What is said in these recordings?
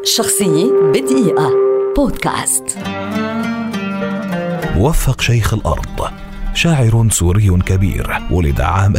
شخصية بدقيقة بودكاست. موفق شيخ الأرض شاعر سوري كبير، ولد عام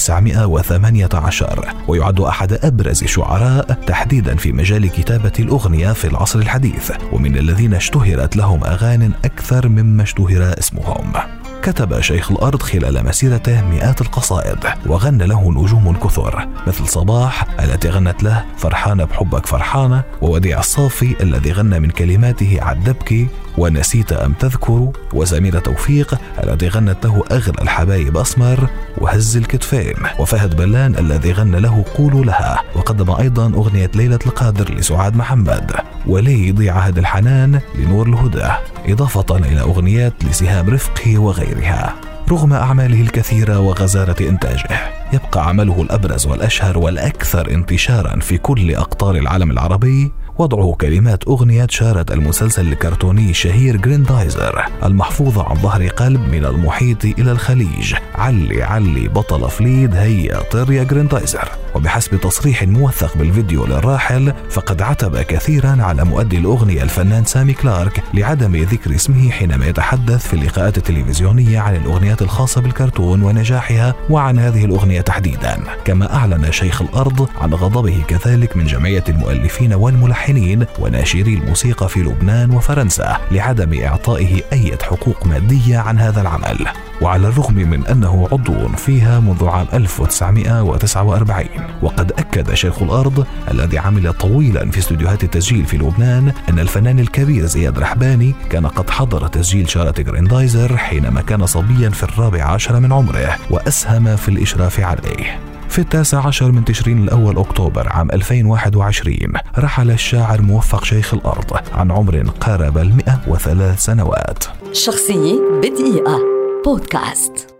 1918 ويعد أحد أبرز الشعراء تحديدا في مجال كتابة الأغنية في العصر الحديث، ومن الذين اشتهرت لهم أغاني أكثر مما اشتهر اسمهم. كتب شيخ الأرض خلال مسيرته مئات القصائد، وغنى له نجوم كثر مثل صباح التي غنت له فرحانة بحبك فرحانة، ووديع الصافي الذي غنى من كلماته عدبكي ونسيت أم تذكر، وسميرة توفيق التي غنت له أغلى الحبايب أسمر وهز الكتفين، وفهد بلان الذي غنى له قولوا لها، وقدم أيضا أغنية ليلة القادر لسعاد محمد، ولي يضيع عهد الحنان لنور الهدى، إضافة إلى أغنيات لسهام رفقي وغيرها. رغم أعماله الكثيرة وغزارة إنتاجه، يبقى عمله الأبرز والأشهر والأكثر انتشارا في كل أقطار العالم العربي وضعه كلمات أغنية شارة المسلسل الكرتوني الشهير جريندايزر المحفوظة عن ظهر قلب من المحيط إلى الخليج، علي علي بطل فليد هيا طير يا جريندايزر. وبحسب تصريح موثق بالفيديو للراحل، فقد عتب كثيرا على مؤدي الأغنية الفنان سامي كلارك لعدم ذكر اسمه حينما يتحدث في اللقاءات التلفزيونية عن الأغنيات الخاصة بالكرتون ونجاحها وعن هذه الأغنية تحديدا. كما أعلن شيخ الأرض عن غضبه كذلك من جمعية المؤلفين والملحنين وناشري الموسيقى في لبنان وفرنسا لعدم إعطائه أي حقوق مادية عن هذا العمل، وعلى الرغم من أنه عضو فيها منذ عام 1949. وقد أكد شيخ الأرض الذي عمل طويلا في استوديوهات التسجيل في لبنان أن الفنان الكبير زياد رحباني كان قد حضر تسجيل شارة جريندايزر حينما كان صبيا في 14 من عمره، وأسهم في الإشراف عليه. في 19 من تشرين الأول أكتوبر عام 2021 رحل الشاعر موفق شيخ الأرض عن عمر قارب 103 سنوات. شخصية بدقيقة بودكاست.